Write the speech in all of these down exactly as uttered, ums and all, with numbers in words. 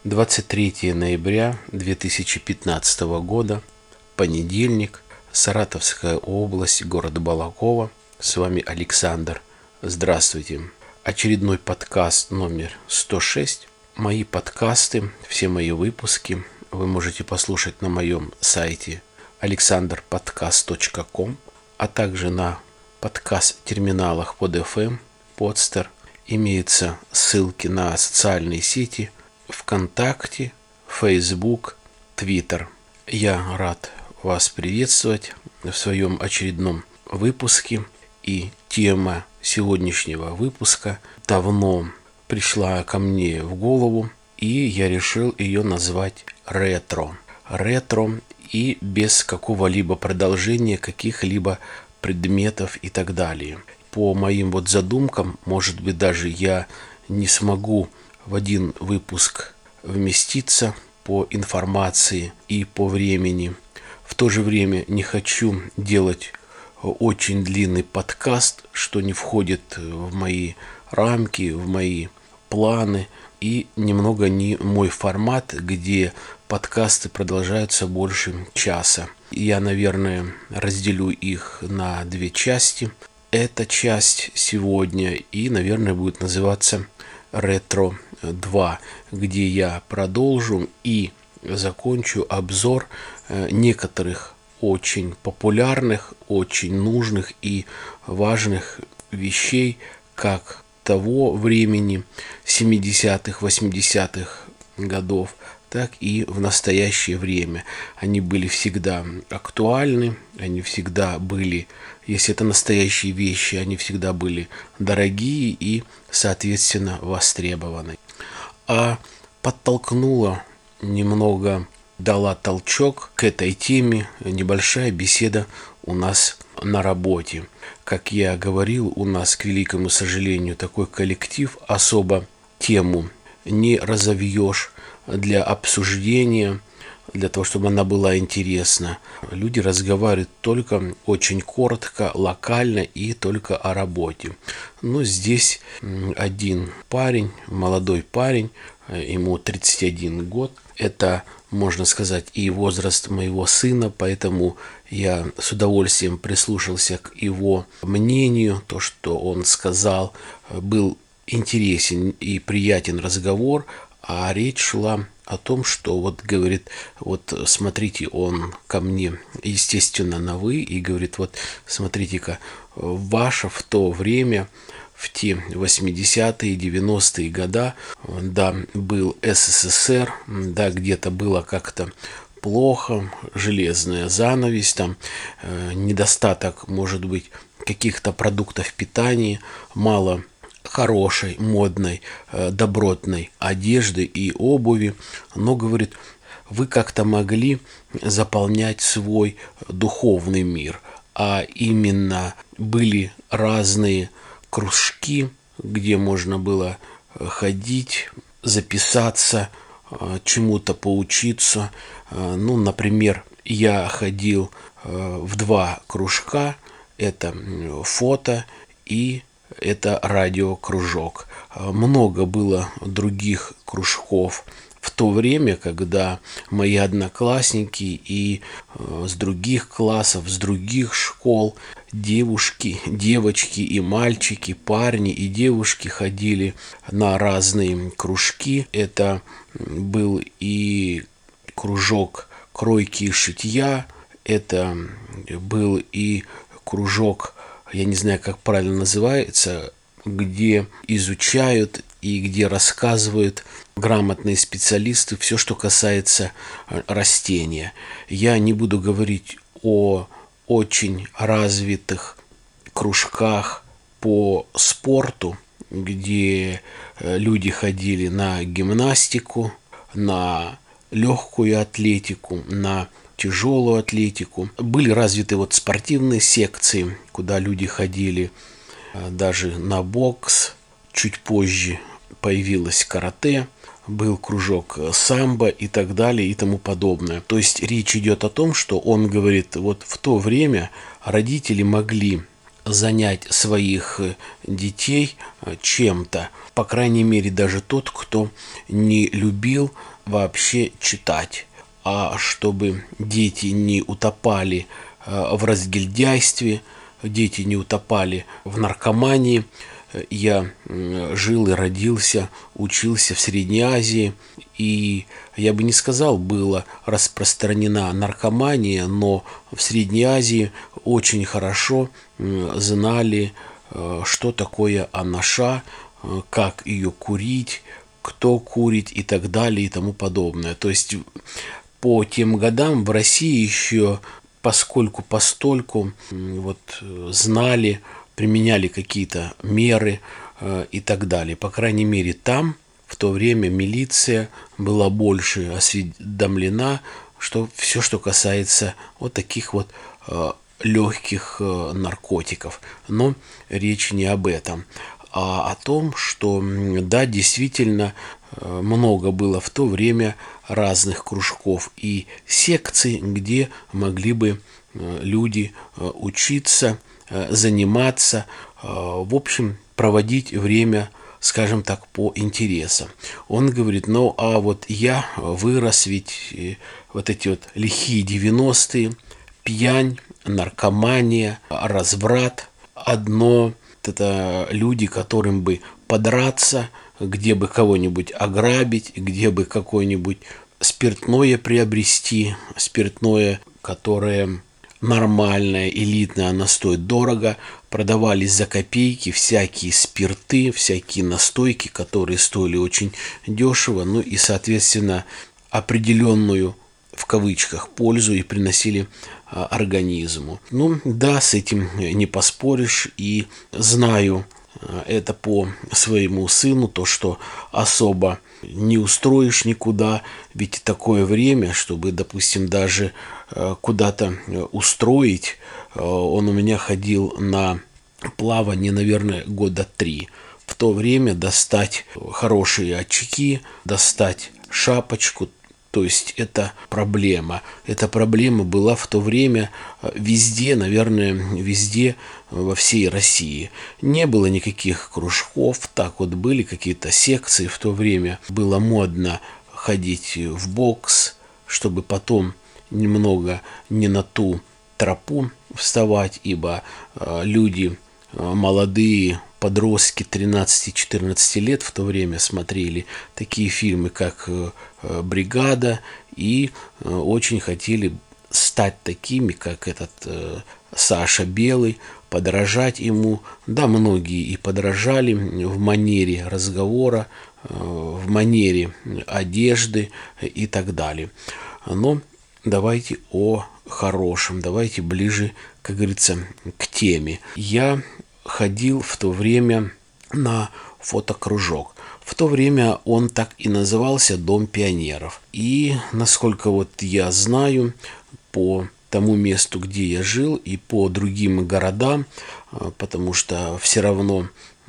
двадцать третье ноября две тысячи пятнадцатого года, понедельник, Саратовская область, город Балаково. С вами Александр. Здравствуйте. Очередной подкаст номер сто шесть. Мои подкасты, все мои выпуски вы можете послушать на моем сайте александр подкаст точка ком, а также на подкаст-терминалах под эф эм, Podster. Имеются ссылки на социальные сети ВКонтакте, Facebook, Twitter. Я рад вас приветствовать в своем очередном выпуске. И тема сегодняшнего выпуска давно пришла ко мне в голову, и я решил ее назвать ретро. Ретро и без какого-либо продолжения каких-либо предметов и так далее. По моим вот задумкам, может быть, даже я не смогу в один выпуск вместиться по информации и по времени. В то же время не хочу делать очень длинный подкаст, что не входит в мои рамки, в мои планы, и немного не мой формат, где подкасты продолжаются больше часа. Я, наверное, разделю их на две части. Эта часть сегодня и, наверное, будет называться «Ретро два», где я продолжу и закончу обзор некоторых очень популярных, очень нужных и важных вещей как того времени семидесятых, восьмидесятых годов, так и в настоящее время. Они были всегда актуальны, они всегда были, если это настоящие вещи, они всегда были дорогие и, соответственно, востребованы. А подтолкнула немного, дала толчок к этой теме небольшая беседа у нас на работе. Как я говорил, у нас, к великому сожалению, такой коллектив, особо тему не разовьешь для обсуждения, для того, чтобы она была интересна. Люди разговаривают только очень коротко, локально и только о работе. Но здесь один парень, молодой парень, ему тридцать один год. Это, можно сказать, и возраст моего сына, поэтому я с удовольствием прислушался к его мнению. То, что он сказал, был интересен и приятен разговор, а речь шла о том, что вот говорит, вот смотрите, он ко мне, естественно, на «вы», и говорит, вот смотрите-ка, ваше в то время, в те восьмидесятые, девяностые года, да, был эс эс эс эр, да, где-то было как-то плохо, железная занавесь, там э, недостаток, может быть, каких-то продуктов питания, мало хорошей, модной, э, добротной одежды и обуви, но, говорит, вы как-то могли заполнять свой духовный мир, а именно были разные кружки, где можно было ходить, записаться, чему-то поучиться. Ну, например, я ходил в два кружка. Это фото и это радиокружок. Много было других кружков в то время, когда мои одноклассники и с других классов, с других школ девушки, девочки и мальчики, парни и девушки ходили на разные кружки. Это был и кружок кройки и шитья, это был и кружок, я не знаю, как правильно называется, где изучают и где рассказывают грамотные специалисты все, что касается растения. Я не буду говорить о очень развитых кружках по спорту, где люди ходили на гимнастику, на легкую атлетику, на тяжелую атлетику. Были развиты вот спортивные секции, куда люди ходили, даже на бокс. Чуть позже появилось карате, был кружок самбо и так далее и тому подобное. То есть речь идет о том, что он говорит, вот в то время родители могли занять своих детей чем-то, по крайней мере, даже тот, кто не любил вообще читать, а чтобы дети не утопали в разгильдяйстве, дети не утопали в наркомании. Я жил и родился, учился в Средней Азии, и я бы не сказал, была распространена наркомания, но в Средней Азии очень хорошо знали, что такое анаша, как ее курить, кто курит и так далее и тому подобное. То есть по тем годам в России еще поскольку постольку вот знали, применяли какие-то меры э, и так далее. По крайней мере, там в то время милиция была больше осведомлена, что все, что касается вот таких вот э, легких э, наркотиков. Но речь не об этом, а о том, что, да, действительно, э, много было в то время разных кружков и секций, где могли бы э, люди э, учиться, заниматься, в общем, проводить время, скажем так, по интересам. Он говорит, ну, а вот я вырос, ведь вот эти вот лихие девяностые, пьянь, наркомания, разврат, одно, это люди, которым бы подраться, где бы кого-нибудь ограбить, где бы какое-нибудь спиртное приобрести, спиртное, которое нормальная, элитная, она стоит дорого, продавались за копейки всякие спирты, всякие настойки, которые стоили очень дешево, ну и, соответственно, определенную, в кавычках, пользу и приносили а, организму. Ну да, с этим не поспоришь, и знаю а, это по своему сыну, то, что особо не устроишь никуда, ведь такое время, чтобы, допустим, даже куда-то устроить. Он у меня ходил на плавание, наверное, года три. В то время достать хорошие очки, достать шапочку, то есть это проблема. Эта проблема была в то время везде, наверное, везде во всей России. Не было никаких кружков, так вот были какие-то секции. В то время было модно ходить в бокс, чтобы потом немного не на ту тропу вставать, ибо э, люди э, молодые, подростки тринадцати-четырнадцати лет в то время смотрели такие фильмы, как э, «Бригада», и э, очень хотели стать такими, как этот э, Саша Белый, подражать ему. Да, многие и подражали в манере разговора, э, в манере одежды и так далее. Но давайте о хорошем, давайте ближе, как говорится, к теме. Я ходил в то время на фотокружок. В то время он так и назывался «Дом пионеров». И, насколько вот я знаю, по тому месту, где я жил, и по другим городам, потому что все равно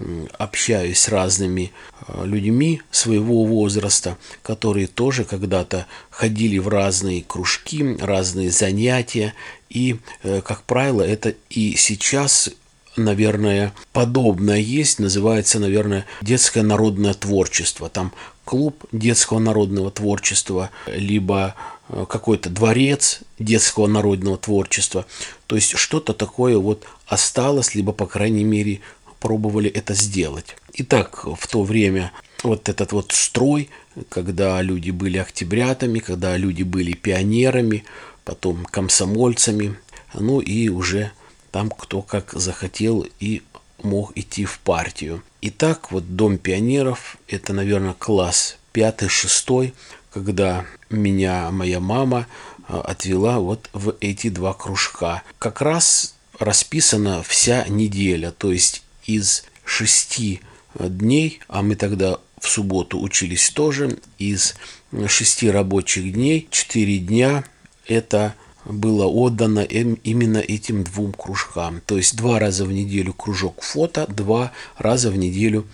общаюсь с разными людьми своего возраста, которые тоже когда-то ходили в разные кружки, разные занятия. И, как правило, это и сейчас, наверное, подобное есть. Называется, наверное, детское народное творчество. Там клуб детского народного творчества, либо какой-то дворец детского народного творчества. То есть что-то такое вот осталось, либо, по крайней мере, пробовали это сделать. Итак, в то время вот этот вот строй, когда люди были октябрятами, когда люди были пионерами, потом комсомольцами, ну и уже там кто как захотел и мог идти в партию. Итак, вот Дом пионеров, это, наверное, класс пятый-шестой, когда меня моя мама отвела вот в эти два кружка. Как раз расписана вся неделя, то есть из шести дней, а мы тогда в субботу учились тоже, из шести рабочих дней, четыре дня это было отдано именно этим двум кружкам. То есть два раза в неделю кружок фото, два раза в неделю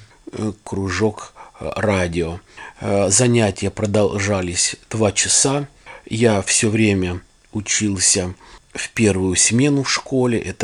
кружок радио. Занятия продолжались два часа. Я все время учился в первую смену в школе. Это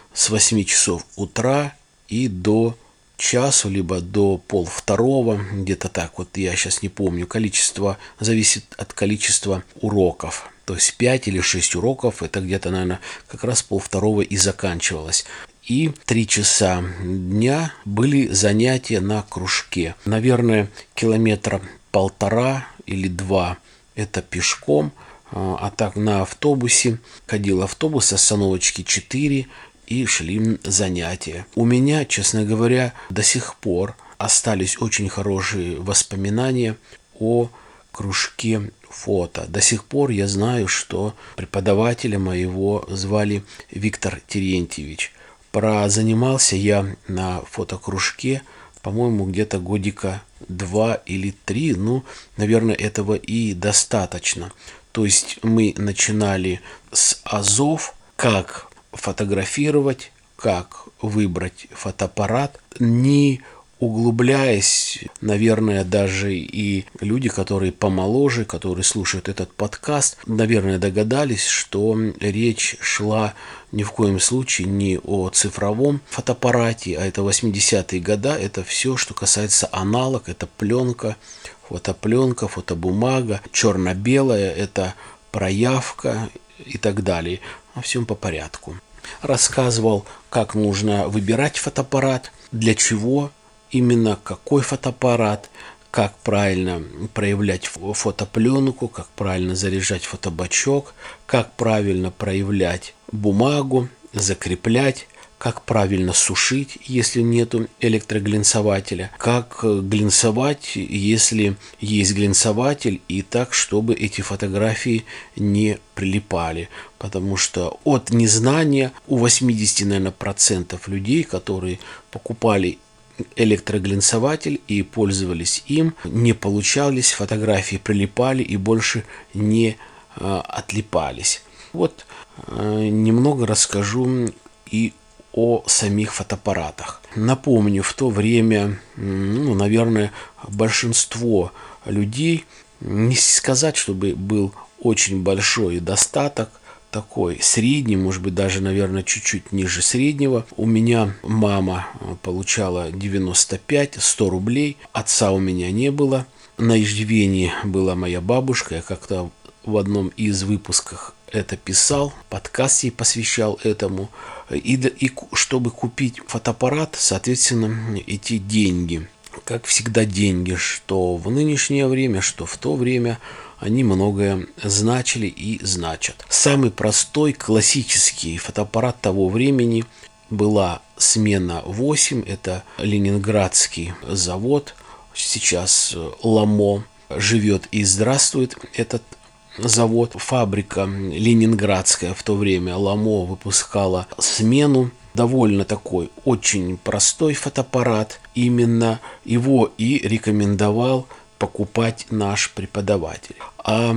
с восьми часов утра и до часу, либо до полвторого, где-то так, вот я сейчас не помню, количество зависит от количества уроков. То есть пять или шесть уроков, это где-то, наверное, как раз полвторого и заканчивалось. И три часа дня были занятия на кружке. Наверное, километра полтора или два это пешком, а так на автобусе. Ходил автобус, остановочки четыре, и шли занятия. У меня, честно говоря, до сих пор остались очень хорошие воспоминания о кружке фото. До сих пор я знаю, что преподавателя моего звали Виктор Терентьевич. Прозанимался я на фотокружке, по-моему, где-то годика два или три. Ну, наверное, этого и достаточно. То есть мы начинали с азов, как фотографировать, как выбрать фотоаппарат, не углубляясь, наверное, даже и люди, которые помоложе, которые слушают этот подкаст, наверное, догадались, что речь шла ни в коем случае не о цифровом фотоаппарате, а это восьмидесятые годы, это все, что касается аналог, это пленка, фотопленка, фотобумага, черно-белая, это проявка и так далее. О всем по порядку. Рассказывал, как нужно выбирать фотоаппарат, для чего именно, какой фотоаппарат, как правильно проявлять фотопленку, как правильно заряжать фотобачок, как правильно проявлять бумагу, закреплять, как правильно сушить, если нету электроглинцевателя, как глинцевать, если есть глинцеватель, и так, чтобы эти фотографии не прилипали. Потому что от незнания у восьмидесяти, наверное, процентов людей, которые покупали электроглинцеватель и пользовались им, не получались, фотографии прилипали и больше не э, отлипались. Вот э, немного расскажу и о самих фотоаппаратах. Напомню, в то время, ну, наверное, большинство людей, не сказать, чтобы был очень большой достаток, такой средний, может быть, даже, наверное, чуть-чуть ниже среднего. У меня мама получала девяносто пять - сто рублей, отца у меня не было. На иждивении была моя бабушка, я как-то в одном из выпусков это писал, подкаст ей посвящал этому. И, и чтобы купить фотоаппарат, соответственно, эти деньги, как всегда деньги, что в нынешнее время, что в то время, они многое значили и значат. Самый простой классический фотоаппарат того времени была смена восемь, это ленинградский завод, сейчас Ламо живет и здравствует этот завод. Фабрика ленинградская в то время Ламо выпускала смену. Довольно такой очень простой фотоаппарат. Именно его и рекомендовал покупать наш преподаватель. А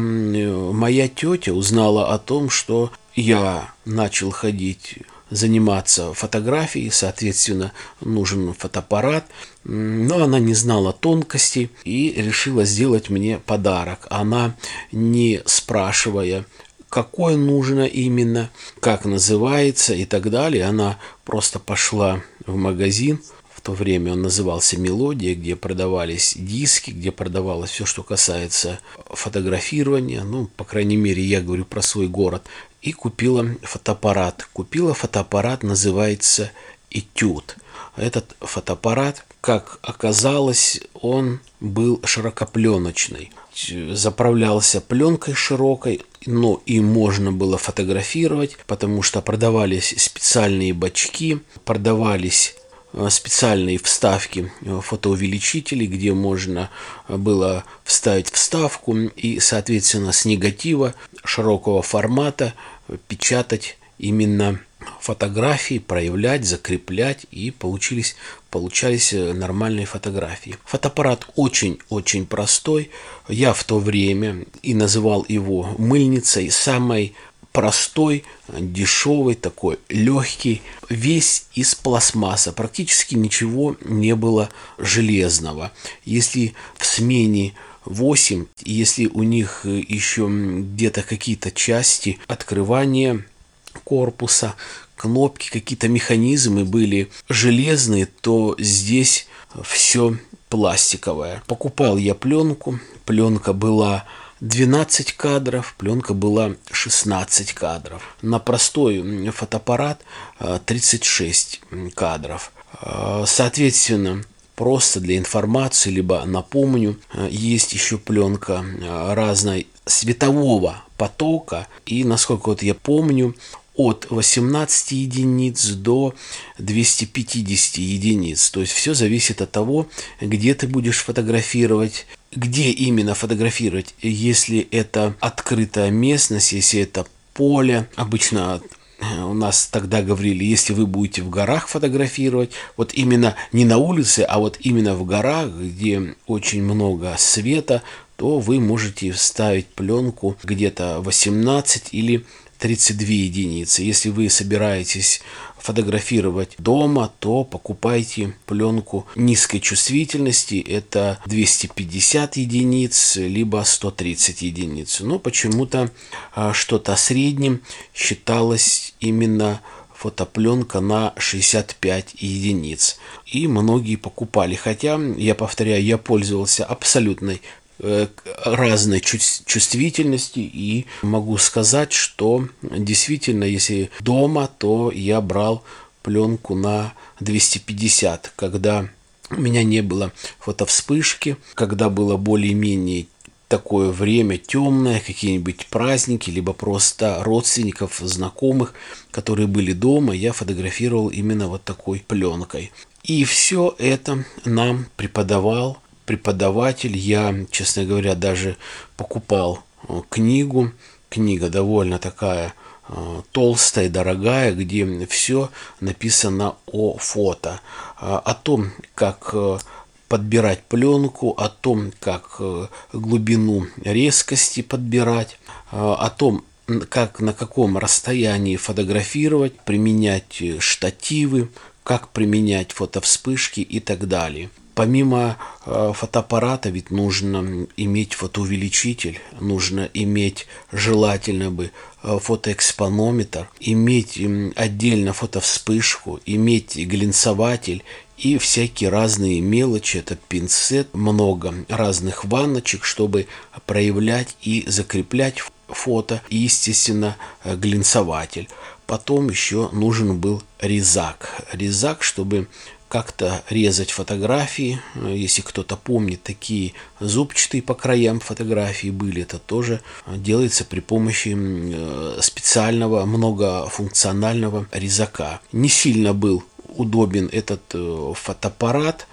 моя тетя узнала о том, что я начал ходить заниматься фотографией, соответственно, нужен фотоаппарат, но она не знала тонкостей и решила сделать мне подарок. Она, не спрашивая, какое нужно именно, как называется и так далее, она просто пошла в магазин. В то время он назывался «Мелодия», где продавались диски, где продавалось все, что касается фотографирования. Ну, по крайней мере, я говорю про свой город. И купила фотоаппарат. Купила фотоаппарат, называется «Этюд». Этот фотоаппарат, как оказалось, он был широкопленочный. Заправлялся пленкой широкой, но и можно было фотографировать, потому что продавались специальные бачки, продавались специальные вставки, фотоувеличители, где можно было вставить вставку и, соответственно, с негатива широкого формата печатать именно фотографии, проявлять, закреплять, и получились, получались нормальные фотографии. Фотоаппарат очень-очень простой. Я в то время и называл его мыльницей, самой простой, дешевый, такой легкий, весь из пластмассы, практически ничего не было железного. Если в смене восемь, если у них еще где-то какие-то части открывания корпуса, кнопки, какие-то механизмы были железные, то здесь все пластиковое. Покупал я пленку, пленка была двенадцать кадров, пленка была шестнадцать кадров. На простой фотоаппарат тридцать шесть кадров. Соответственно, просто для информации, либо напомню, есть еще пленка разной светового потока. И, насколько вот я помню, от восемнадцати единиц до двухсот пятидесяти единиц. То есть все зависит от того, где ты будешь фотографировать, где именно фотографировать. Если это открытая местность, если это поле, обычно у нас тогда говорили, если вы будете в горах фотографировать, вот именно не на улице, а вот именно в горах, где очень много света, то вы можете вставить пленку где-то восемнадцать или тридцать две единицы. Если вы собираетесь фотографировать дома, то покупайте пленку низкой чувствительности, это двести пятьдесят единиц, либо сто тридцать единиц. Но почему-то что-то средним считалось именно фотопленка на шестьдесят пять единиц. И многие покупали. Хотя, я повторяю, я пользовался абсолютной разной чувствительности, и могу сказать, что действительно, если дома, то я брал пленку на двести пятьдесят, когда у меня не было фотовспышки, когда было более-менее такое время темное, какие-нибудь праздники, либо просто родственников, знакомых, которые были дома, я фотографировал именно вот такой пленкой. И все это нам преподавал преподаватель. Я, честно говоря, даже покупал книгу. Книга довольно такая толстая, дорогая, где все написано о фото, о том, как подбирать пленку, о том, как глубину резкости подбирать, о том, как на каком расстоянии фотографировать, применять штативы, как применять фотовспышки и так далее. Помимо э, фотоаппарата ведь нужно иметь фотоувеличитель, нужно иметь желательно бы э, фотоэкспонометр, иметь э, отдельно фотовспышку, иметь глянцеватель и всякие разные мелочи, это пинцет, много разных ванночек, чтобы проявлять и закреплять фото, и, естественно, глянцеватель. Потом еще нужен был резак. Резак, чтобы как-то резать фотографии. Если кто-то помнит, такие зубчатые по краям фотографии были. Это тоже делается при помощи специального многофункционального резака. Не сильно был удобен этот фотоаппарат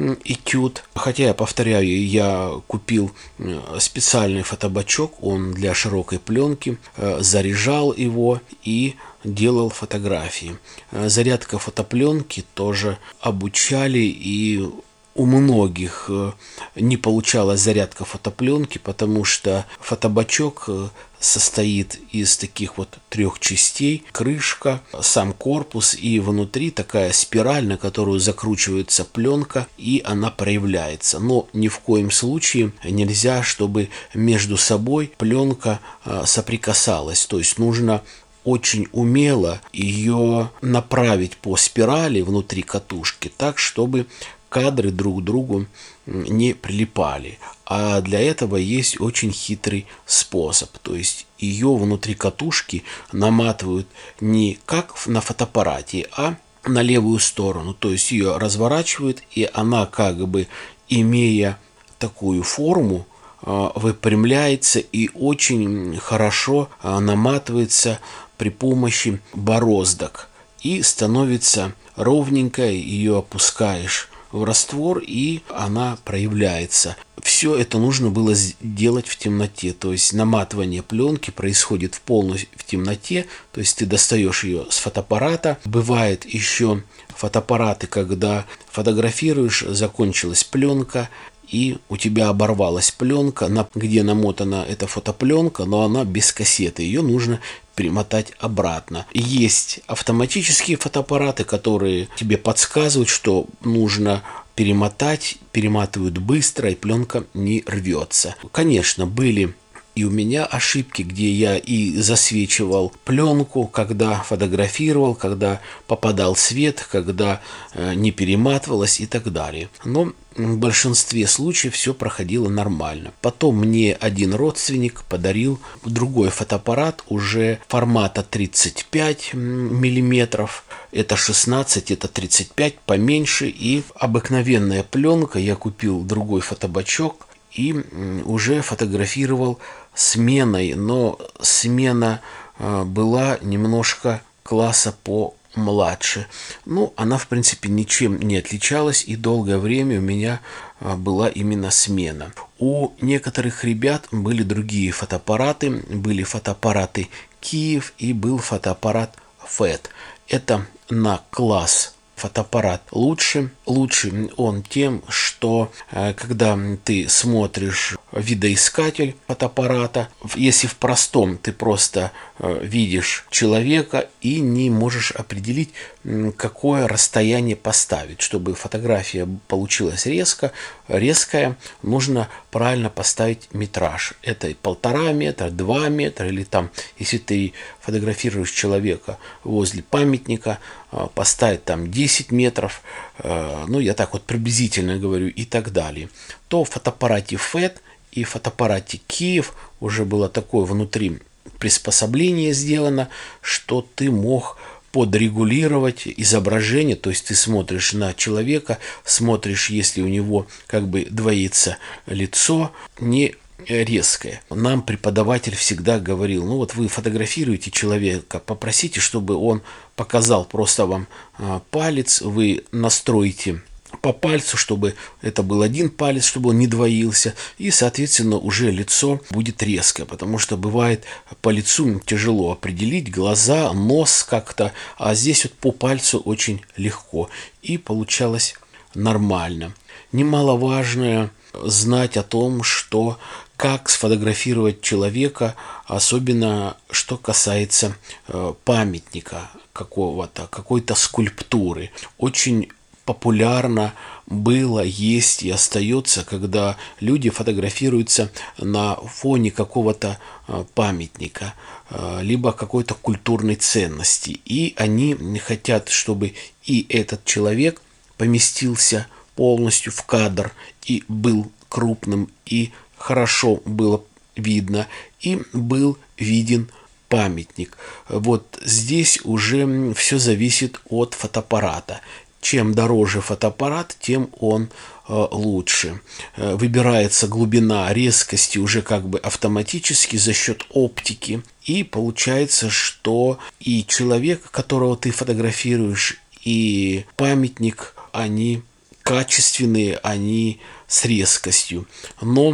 Этюд. Хотя, я повторяю, я купил специальный фотобачок, он для широкой пленки, заряжал его и делал фотографии. Зарядка фотопленки тоже обучали, и у многих не получалась зарядка фотопленки, потому что фотобачок состоит из таких вот трех частей: крышка, сам корпус и внутри такая спираль, на которую закручивается пленка, и она проявляется. Но ни в коем случае нельзя, чтобы между собой пленка соприкасалась. То есть нужно очень умело ее направить по спирали внутри катушки так, чтобы кадры друг к другу не прилипали. А для этого есть очень хитрый способ. То есть ее внутри катушки наматывают не как на фотоаппарате, а на левую сторону. То есть ее разворачивают, и она, как бы имея такую форму, выпрямляется и очень хорошо наматывается при помощи бороздок. И становится ровненькая, ее опускаешь в раствор, и она проявляется. Все это нужно было сделать в темноте, то есть наматывание пленки происходит в полной в темноте, то есть ты достаешь ее с фотоаппарата. Бывает еще фотоаппараты, когда фотографируешь, закончилась пленка, и у тебя оборвалась пленка, на, где намотана эта фотопленка, но она без кассеты, ее нужно перемотать обратно. Есть автоматические фотоаппараты, которые тебе подсказывают, что нужно перемотать, перематывают быстро, и пленка не рвется. Конечно, были и у меня ошибки, где я и засвечивал пленку, когда фотографировал, когда попадал свет, когда э, не перематывалось и так далее. Но в большинстве случаев все проходило нормально. Потом мне один родственник подарил другой фотоаппарат уже формата тридцать пять миллиметров. Это шестнадцать, это тридцать пять, поменьше. И обыкновенная пленка. Я купил другой фотобачок и уже фотографировал сменой. Но смена была немножко класса по младше. Ну, она, в принципе, ничем не отличалась, и долгое время у меня была именно смена. У некоторых ребят были другие фотоаппараты. Были фотоаппараты Киев и был фотоаппарат Фэт. Это на класс фотоаппарат лучше. Лучше он тем, что когда ты смотришь видоискатель фотоаппарата, если в простом ты просто видишь человека и не можешь определить, какое расстояние поставить, чтобы фотография получилась резко, резкая, нужно правильно поставить метраж. Это полтора метра, два метра, или там, если ты фотографируешь человека возле памятника, поставить там десять метров, ну я так вот приблизительно говорю, и так далее. То в фотоаппарате Фэт и в фотоаппарате Киев уже было такое внутри приспособление сделано, что ты мог подрегулировать изображение, то есть ты смотришь на человека, смотришь, если у него как бы двоится лицо, не резкое. Нам преподаватель всегда говорил: ну вот вы фотографируете человека, попросите, чтобы он показал просто вам палец, вы настроите по пальцу, чтобы это был один палец, чтобы он не двоился, и, соответственно, уже лицо будет резкое, потому что бывает по лицу тяжело определить, глаза, нос как-то, а здесь вот по пальцу очень легко, и получалось нормально. Немаловажно знать о том, что как сфотографировать человека, особенно что касается э, памятника какого-то, какой-то скульптуры. Очень популярно было, есть и остается, когда люди фотографируются на фоне какого-то памятника, либо какой-то культурной ценности. И они хотят, чтобы и этот человек поместился полностью в кадр, и был крупным, и хорошо было видно, и был виден памятник. Вот здесь уже все зависит от фотоаппарата. Чем дороже фотоаппарат, тем он э, лучше. Э, выбирается глубина резкости уже как бы автоматически за счет оптики. И получается, что и человек, которого ты фотографируешь, и памятник, они качественные, они с резкостью. Но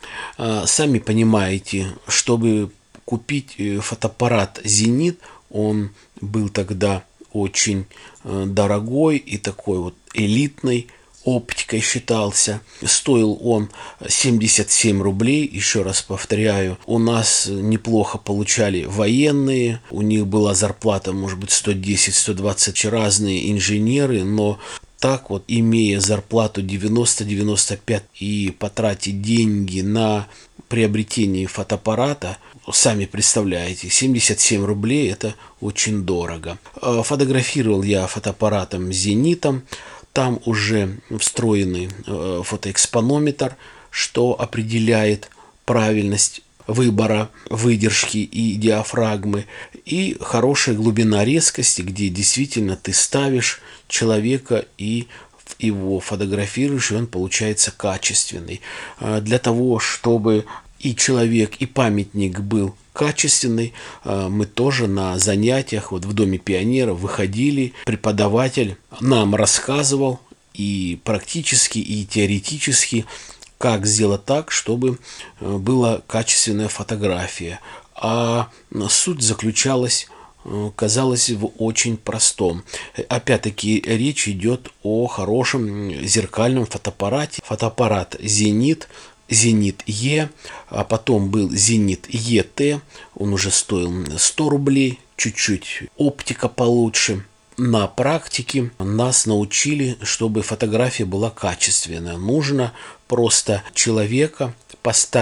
э, сами понимаете, чтобы купить фотоаппарат «Зенит», он был тогда очень дорогой и такой вот элитной оптикой считался. Стоил он семьдесят семь рублей, еще раз повторяю. У нас неплохо получали военные, у них была зарплата, может быть, сто десять - сто двадцать, разные инженеры, но так вот, имея зарплату девяносто - девяносто пять и потратить деньги на приобретение фотоаппарата, сами представляете, семьдесят семь рублей – это очень дорого. Фотографировал я фотоаппаратом «Зенитом». Там уже встроенный фотоэкспонометр, что определяет правильность выбора выдержки и диафрагмы, и хорошая глубина резкости, где действительно ты ставишь человека и его фотографируешь, и он получается качественный. Для того, чтобы и человек, и памятник был качественный, мы тоже на занятиях вот в Доме пионеров выходили, преподаватель нам рассказывал и практически, и теоретически, как сделать так, чтобы была качественная фотография. А суть заключалась, казалось, в очень простом. Опять-таки речь идет о хорошем зеркальном фотоаппарате. Фотоаппарат «Зенит», «Зенит Е», а потом был «Зенит Е Т», он уже стоил сто рублей, чуть-чуть оптика получше. На практике нас научили, чтобы фотография была качественная. Нужно просто человека поставить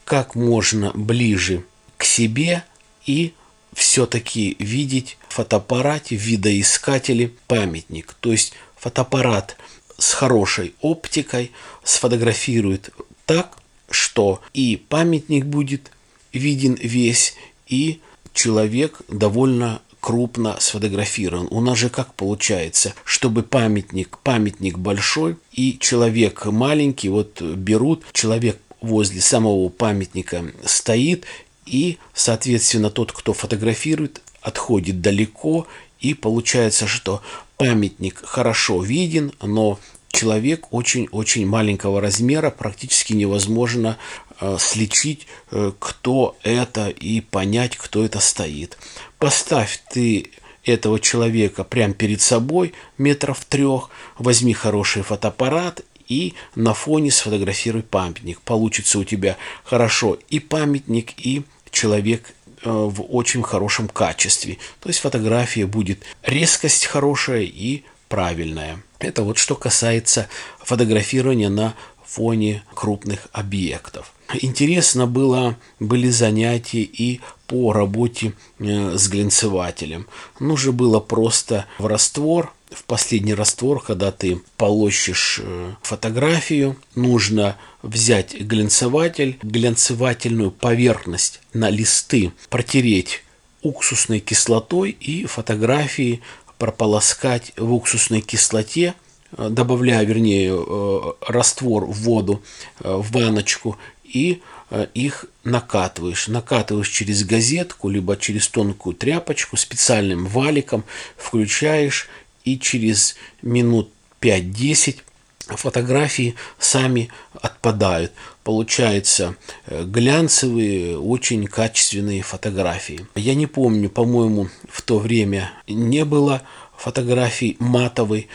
как можно ближе к себе и все-таки видеть в фотоаппарате, в видоискателе памятник. То есть фотоаппарат с хорошей оптикой сфотографирует так, что и памятник будет виден весь, и человек довольно крупно сфотографирован. У нас же как получается, чтобы памятник, памятник большой и человек маленький, вот берут, человек возле самого памятника стоит, и, соответственно, тот, кто фотографирует, отходит далеко, и получается, что памятник хорошо виден, но человек очень-очень маленького размера, практически невозможно э, сличить, э, кто это, и понять, кто это стоит. Поставь ты этого человека прямо перед собой, метров трех, возьми хороший фотоаппарат и на фоне сфотографируй памятник. Получится у тебя хорошо и памятник, и человек э, в очень хорошем качестве. То есть фотография будет резкость хорошая и правильная. Это вот что касается фотографирования на фоне крупных объектов. Интересно было, были занятия и по работе э, с глянцевателем. Нужно было просто в раствор, в последний раствор, когда ты полощешь э, фотографию, нужно взять глянцеватель, глянцевательную поверхность на листы протереть уксусной кислотой и фотографии прополоскать в уксусной кислоте, добавляя, вернее, раствор в воду, в баночку, и их накатываешь. Накатываешь через газетку, либо через тонкую тряпочку, специальным валиком, включаешь, и через минут пять-десять фотографии сами отпадают. Получаются глянцевые, очень качественные фотографии. Я не помню, по-моему, в то время не было фотографий матовой,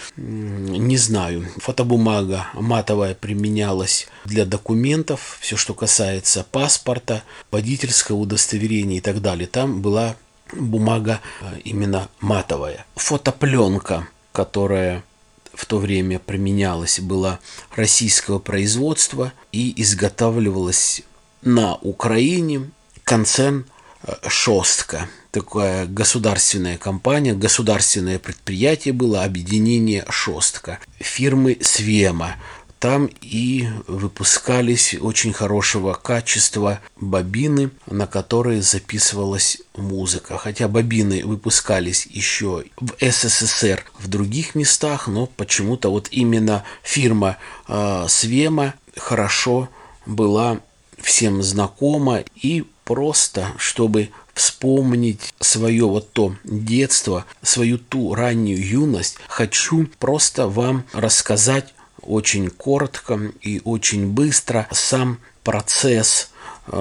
не знаю. Фотобумага матовая применялась для документов, все, что касается паспорта, водительского удостоверения и так далее. Там была бумага именно матовая. Фотопленка, которая в то время применялась, была российского производства и изготавливалась на Украине. Концерн «Шостка». Такая государственная компания, государственное предприятие было, объединение «Шостка». Фирмы «Свема». Там и выпускались очень хорошего качества бобины, на которые записывалась музыка. Хотя бобины выпускались еще в СССР в других местах, но почему-то вот именно фирма э, «Свема» хорошо была всем знакома. И просто, чтобы вспомнить свое вот то детство, свою ту раннюю юность, хочу просто вам рассказать очень коротко и очень быстро сам процесс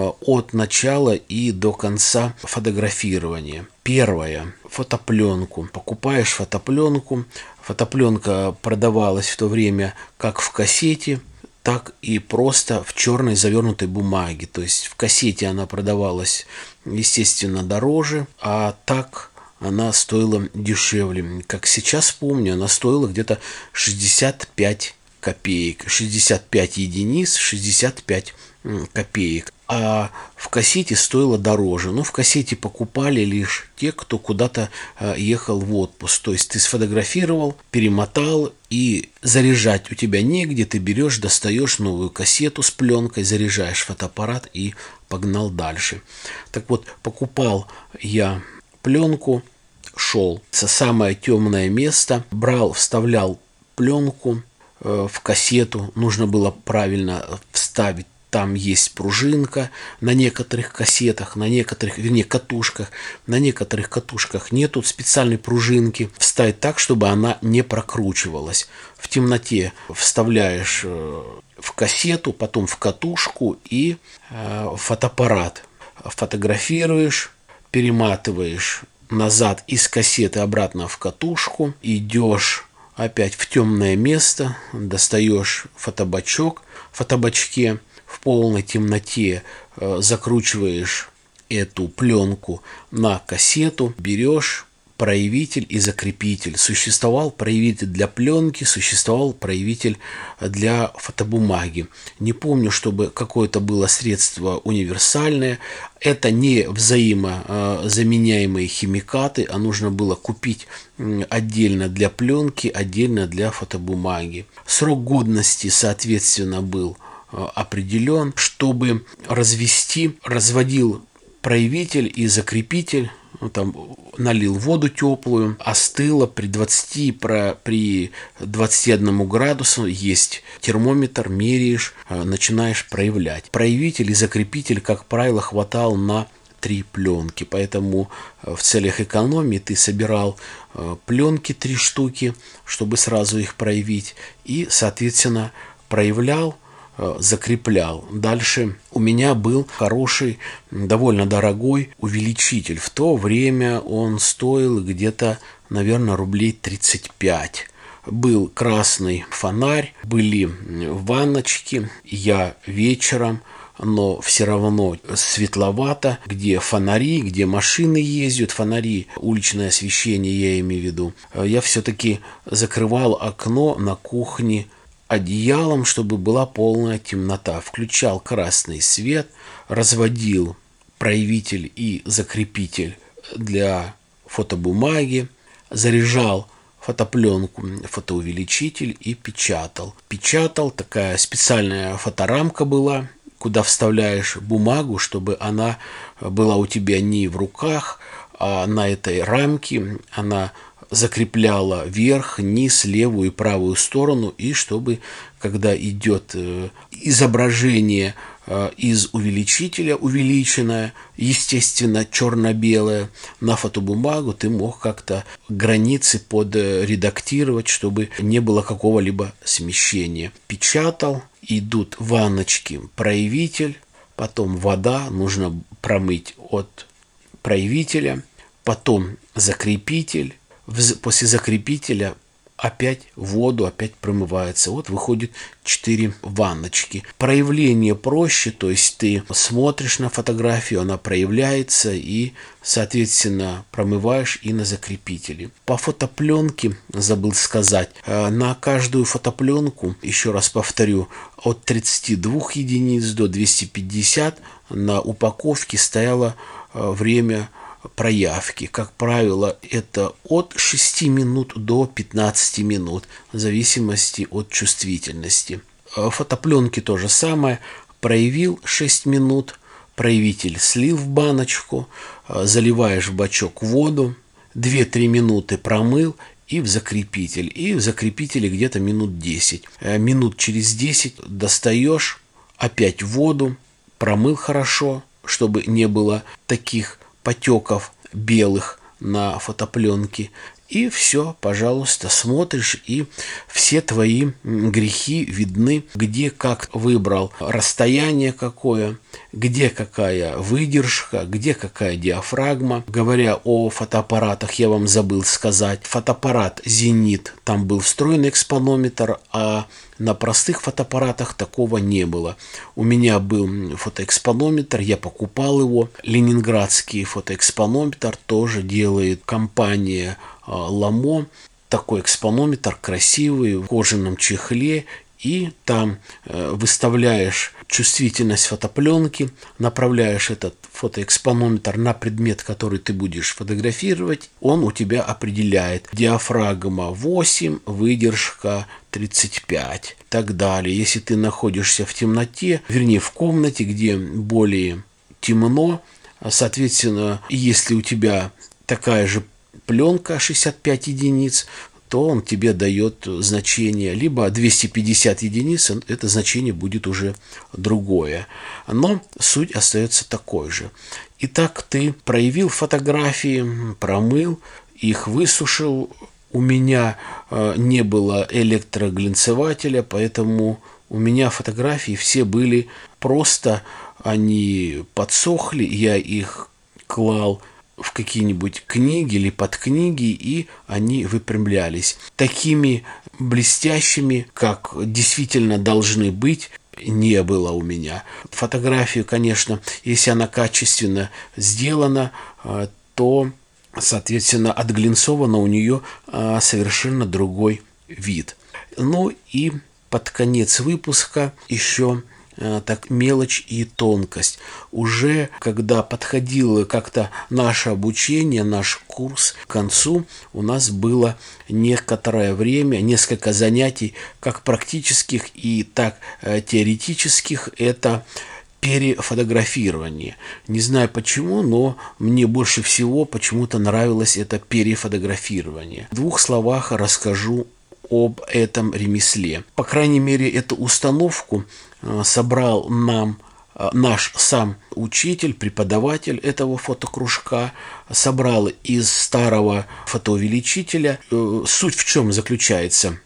от начала и до конца фотографирования. Первое. Фотопленку. Покупаешь фотопленку. Фотопленка продавалась в то время как в кассете, так и просто в черной завернутой бумаге. То есть в кассете она продавалась, естественно, дороже, а так она стоила дешевле. Как сейчас помню, она стоила где-то шестьдесят пять копеек. шестьдесят пять единиц, шестьдесят пять копеек. А в кассете стоило дороже. Но в кассете покупали лишь те, кто куда-то ехал в отпуск. То есть ты сфотографировал, перемотал, и заряжать у тебя негде. Ты берешь, достаешь новую кассету с пленкой, заряжаешь фотоаппарат и погнал дальше. Так вот, покупал я пленку, шел в самое темное место, брал, вставлял пленку в кассету. Нужно было правильно вставить. Там есть пружинка на некоторых кассетах, на некоторых, вернее, катушках. На некоторых катушках нету специальной пружинки. Вставить так, чтобы она не прокручивалась. В темноте вставляешь в кассету, потом в катушку и в фотоаппарат. Фотографируешь, перематываешь назад из кассеты обратно в катушку, идешь опять в темное место, достаешь фотобачок, в фотобачке в полной темноте э, закручиваешь эту пленку на кассету, берешь, проявитель и закрепитель. Существовал проявитель для пленки, существовал проявитель для фотобумаги. Не помню, чтобы какое-то было средство универсальное. Это не взаимозаменяемые химикаты, а нужно было купить отдельно для пленки, отдельно для фотобумаги. Срок годности, соответственно, был определен. Чтобы развести, разводил проявитель и закрепитель, ну, там, налил воду теплую, остыло при двадцати, при двадцати одном градусу, есть термометр, меряешь, начинаешь проявлять. Проявитель и закрепитель, как правило, хватал на три пленки, поэтому в целях экономии ты собирал пленки три штуки, чтобы сразу их проявить, и, соответственно, проявлял, закреплял. Дальше у меня был хороший, довольно дорогой увеличитель. В то время он стоил где-то, наверное, рублей тридцать пять. Был красный фонарь, были ванночки. Я вечером, но все равно светловато, где фонари, где машины ездят, фонари, уличное освещение, я имею в виду. Я все-таки закрывал окно на кухне одеялом, чтобы была полная темнота. Включал красный свет, разводил проявитель и закрепитель для фотобумаги, заряжал фотопленку, фотоувеличитель и печатал. Печатал, такая специальная фоторамка была, куда вставляешь бумагу, чтобы она была у тебя не в руках, а на этой рамке она закрепляла верх, низ, левую и правую сторону, и чтобы, когда идет изображение из увеличителя, увеличенное, естественно, черно-белое, на фотобумагу, ты мог как-то границы подредактировать, чтобы не было какого-либо смещения. Печатал, идут ванночки, проявитель, потом вода, нужно промыть от проявителя, потом закрепитель. После закрепителя опять воду, опять промывается. Вот выходит четыре ванночки. Проявление проще, то есть ты смотришь на фотографию, она проявляется и, соответственно, промываешь и на закрепителе. По фотопленке, забыл сказать, на каждую фотопленку, еще раз повторю, от тридцати двух единиц до двухсот пятидесяти на упаковке стояло время проявки. Как правило, это от шести минут до пятнадцати минут, в зависимости от чувствительности. Фотопленки то же самое. Проявил шесть минут, проявитель слил в баночку, заливаешь в бачок воду, две-три минуты промыл и в закрепитель. И в закрепителе где-то минут десять. Минут через десять достаешь, опять воду, промыл хорошо, чтобы не было таких потеков белых на фотопленке. И все, пожалуйста, смотришь, и все твои грехи видны, где как выбрал расстояние какое, где какая выдержка, где какая диафрагма. Говоря о фотоаппаратах, я вам забыл сказать, фотоаппарат «Зенит», там был встроенный экспонометр, а на простых фотоаппаратах такого не было. У меня был фотоэкспонометр, я покупал его. Ленинградский фотоэкспонометр тоже делает компания Ламо. Такой экспонометр красивый, в кожаном чехле. И там э, выставляешь чувствительность фотопленки, направляешь этот фотоэкспонометр на предмет, который ты будешь фотографировать, он у тебя определяет диафрагма восемь, выдержка тридцать пять и так далее. Если ты находишься в темноте, вернее в комнате, где более темно, соответственно, если у тебя такая же пленка шестьдесят пять единиц, то он тебе дает значение, либо двести пятьдесят единиц, это значение будет уже другое. Но суть остается такой же. Итак, ты проявил фотографии, промыл, их высушил. У меня не было электроглянцевателя, поэтому у меня фотографии все были просто, они подсохли, я их клал в какие-нибудь книги или подкниги, и они выпрямлялись. Такими блестящими, как действительно должны быть, не было у меня. Фотографию, конечно, если она качественно сделана, то соответственно, отглинцовано у нее совершенно другой вид. Ну и под конец выпуска еще так мелочь и тонкость. Уже когда подходило как-то наше обучение, наш курс к концу, у нас было некоторое время, несколько занятий, как практических и так теоретических. Это перефотографирование. Не знаю почему, но мне больше всего почему-то нравилось это перефотографирование. В двух словах расскажу об этом ремесле. По крайней мере, эту установку собрал нам наш сам учитель, преподаватель этого фотокружка, собрал из старого фотоувеличителя. Суть в чем заключается?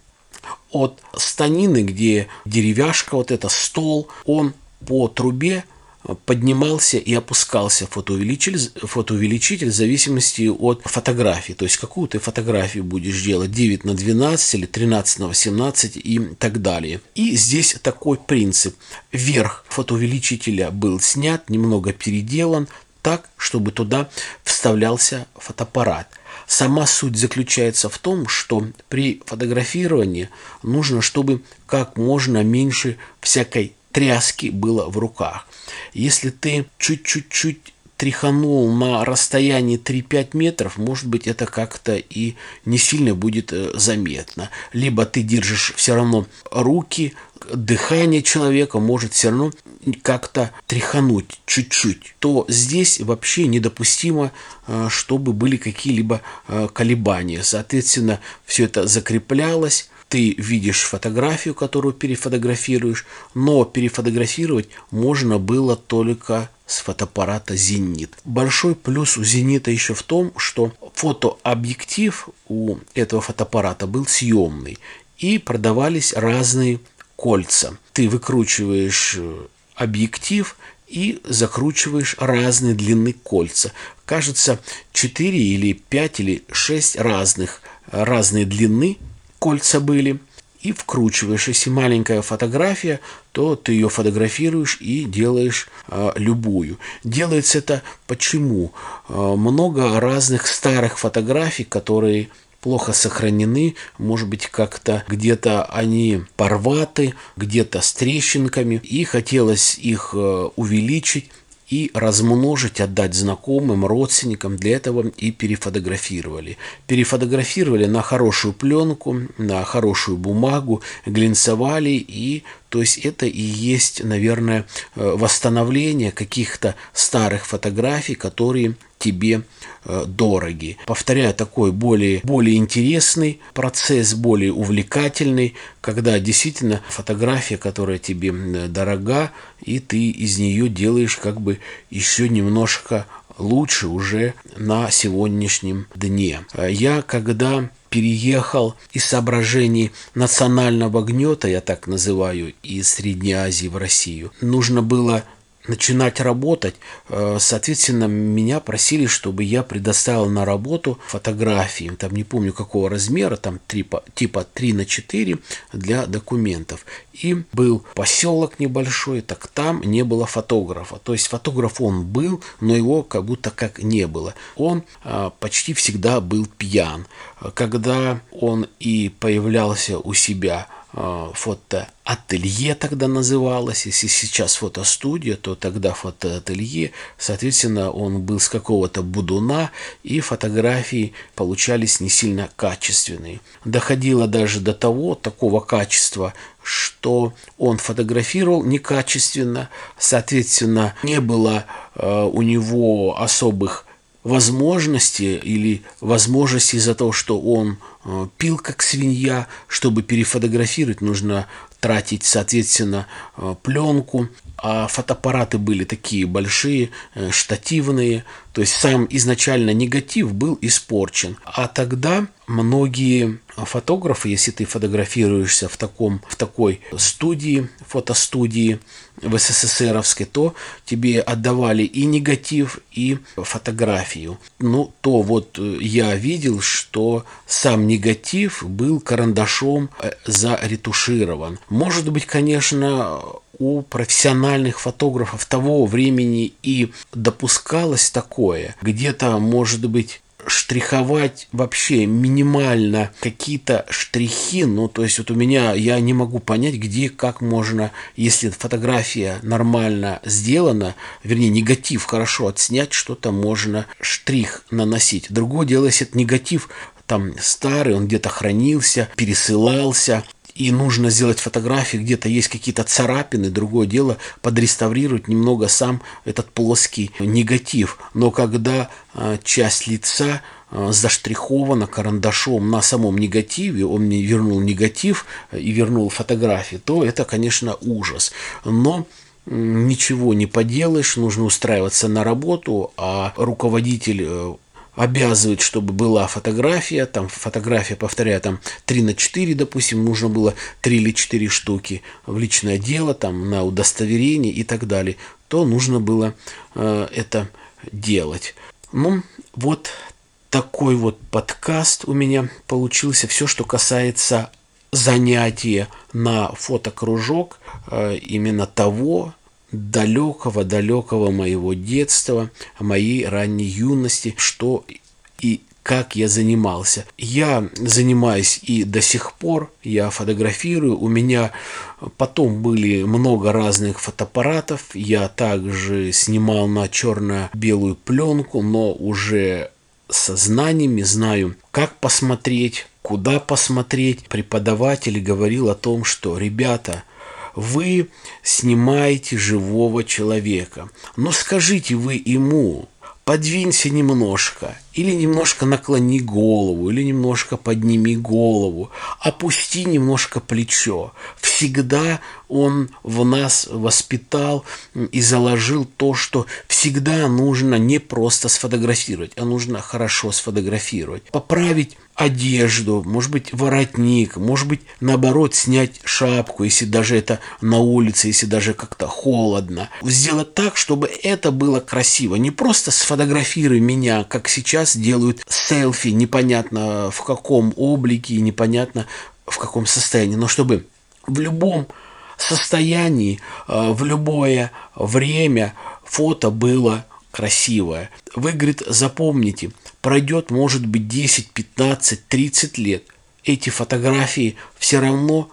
От станины, где деревяшка, вот это стол, он по трубе поднимался и опускался фотоувеличитель, фотоувеличитель в зависимости от фотографии. То есть, какую ты фотографию будешь делать, девять на двенадцать или тринадцать на восемнадцать и так далее. И здесь такой принцип. Верх фотоувеличителя был снят, немного переделан, так, чтобы туда вставлялся фотоаппарат. Сама суть заключается в том, что при фотографировании нужно, чтобы как можно меньше всякой тряски было в руках. Если ты чуть-чуть тряханул на расстоянии три-пять метров, может быть, это как-то и не сильно будет заметно. Либо ты держишь все равно руки, дыхание человека может все равно как-то тряхануть чуть-чуть. То здесь вообще недопустимо, чтобы были какие-либо колебания. Соответственно, все это закреплялось. Ты видишь фотографию, которую перефотографируешь, но перефотографировать можно было только с фотоаппарата «Зенит». Большой плюс у «Зенита» еще в том, что фотообъектив у этого фотоаппарата был съемный, и продавались разные кольца. Ты выкручиваешь объектив и закручиваешь разной длины кольца. Кажется, четыре или пять или шесть разных, разной длины кольца были, и вкручиваешь. Если маленькая фотография, то ты ее фотографируешь и делаешь э, любую. Делается это почему? Э, много разных старых фотографий, которые плохо сохранены, может быть, как-то где-то они порваты, где-то с трещинками, и хотелось их э, увеличить и размножить, отдать знакомым, родственникам. Для этого и перефотографировали. Перефотографировали на хорошую пленку, на хорошую бумагу, глинцевали, и то есть это и есть, наверное, восстановление каких-то старых фотографий, которые тебе э, дороги. Повторяю, такой более, более интересный процесс, более увлекательный, когда действительно фотография, которая тебе дорога, и ты из нее делаешь как бы еще немножко лучше уже на сегодняшнем дне. Я когда переехал из соображений национального гнета, я так называю, из Средней Азии в Россию, нужно было начинать работать. Соответственно, меня просили, чтобы я предоставил на работу фотографии, там не помню какого размера, там типа, типа три на четыре для документов. И был поселок небольшой, так там не было фотографа. То есть фотограф он был, но его как будто как не было. Он а, почти всегда был пьян. Когда он и появлялся у себя, фотоателье тогда называлось, если сейчас фотостудия, то тогда фотоателье, соответственно, он был с какого-то будуна, и фотографии получались не сильно качественные. Доходило даже до того, такого качества, что он фотографировал некачественно, соответственно, не было э, у него особых возможности или возможности из-за того, что он э, пил как свинья, чтобы перефотографировать, нужно тратить, соответственно, э, пленку, а фотоаппараты были такие большие, э, штативные, то есть сам изначально негатив был испорчен. А тогда многие фотографы, если ты фотографируешься в, таком, в такой студии, фотостудии в СССРовской, то тебе отдавали и негатив, и фотографию. Ну, то вот я видел, что сам негатив был карандашом заретуширован. Может быть, конечно, у профессиональных фотографов того времени и допускалось такое. Где-то, может быть, штриховать вообще минимально какие-то штрихи, ну, то есть вот у меня, я не могу понять, где, как можно, если фотография нормально сделана, вернее, негатив хорошо отснять, что-то можно штрих наносить. Другое дело, если это негатив там старый, он где-то хранился, пересылался, и нужно сделать фотографии, где-то есть какие-то царапины, другое дело подреставрировать немного сам этот плоский негатив. Но когда э, часть лица э, заштрихована карандашом на самом негативе, он мне вернул негатив и вернул фотографии, то это, конечно, ужас. Но ничего не поделаешь, нужно устраиваться на работу, а руководитель э, обязывает, чтобы была фотография, там фотография, повторяю, там три на четыре, допустим, нужно было три или четыре штуки в личное дело, там на удостоверение и так далее, то нужно было э, это делать. Ну, вот такой вот подкаст у меня получился. Все, что касается занятия на фотокружок, э, именно того, далекого-далекого моего детства, моей ранней юности, что и как я занимался. Я занимаюсь и до сих пор, я фотографирую, у меня потом были много разных фотоаппаратов, я также снимал на черно-белую пленку, но уже со знаниями, знаю, как посмотреть, куда посмотреть. Преподаватель говорил о том, что, ребята, вы снимаете живого человека, но скажите вы ему, подвинься немножко, или немножко наклони голову, или немножко подними голову, опусти немножко плечо. Всегда он в нас воспитал и заложил то, что всегда нужно не просто сфотографировать, а нужно хорошо сфотографировать. Поправить одежду, может быть, воротник, может быть, наоборот, снять шапку, если даже это на улице, если даже как-то холодно. Сделать так, чтобы это было красиво. Не просто сфотографируй меня, как сейчас делают селфи, непонятно в каком облике, непонятно в каком состоянии, но чтобы в любом состоянии, в любое время фото было красивое. Вы, говорит, запомните, пройдет, может быть, десять, пятнадцать, тридцать лет. Эти фотографии все равно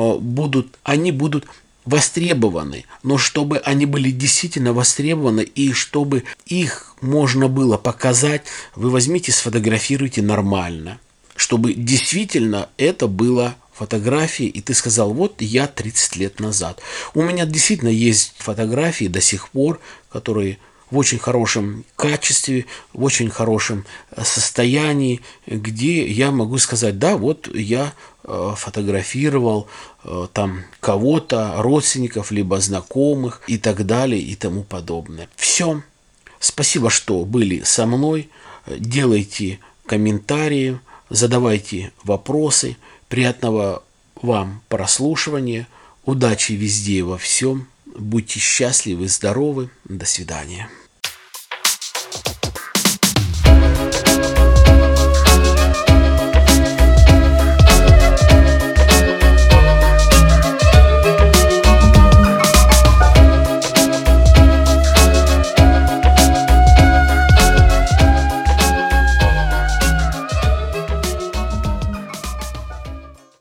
будут, они будут востребованы, но чтобы они были действительно востребованы и чтобы их можно было показать, вы возьмите, сфотографируйте нормально, чтобы действительно это было фотографии, и ты сказал, вот я тридцать лет назад. У меня действительно есть фотографии до сих пор, которые в очень хорошем качестве, в очень хорошем состоянии, где я могу сказать, да, вот я э, фотографировал э, там кого-то, родственников, либо знакомых и так далее и тому подобное. Все. Спасибо, что были со мной. Делайте комментарии, задавайте вопросы. Приятного вам прослушивания. Удачи везде и во всем. Будьте счастливы, здоровы. До свидания.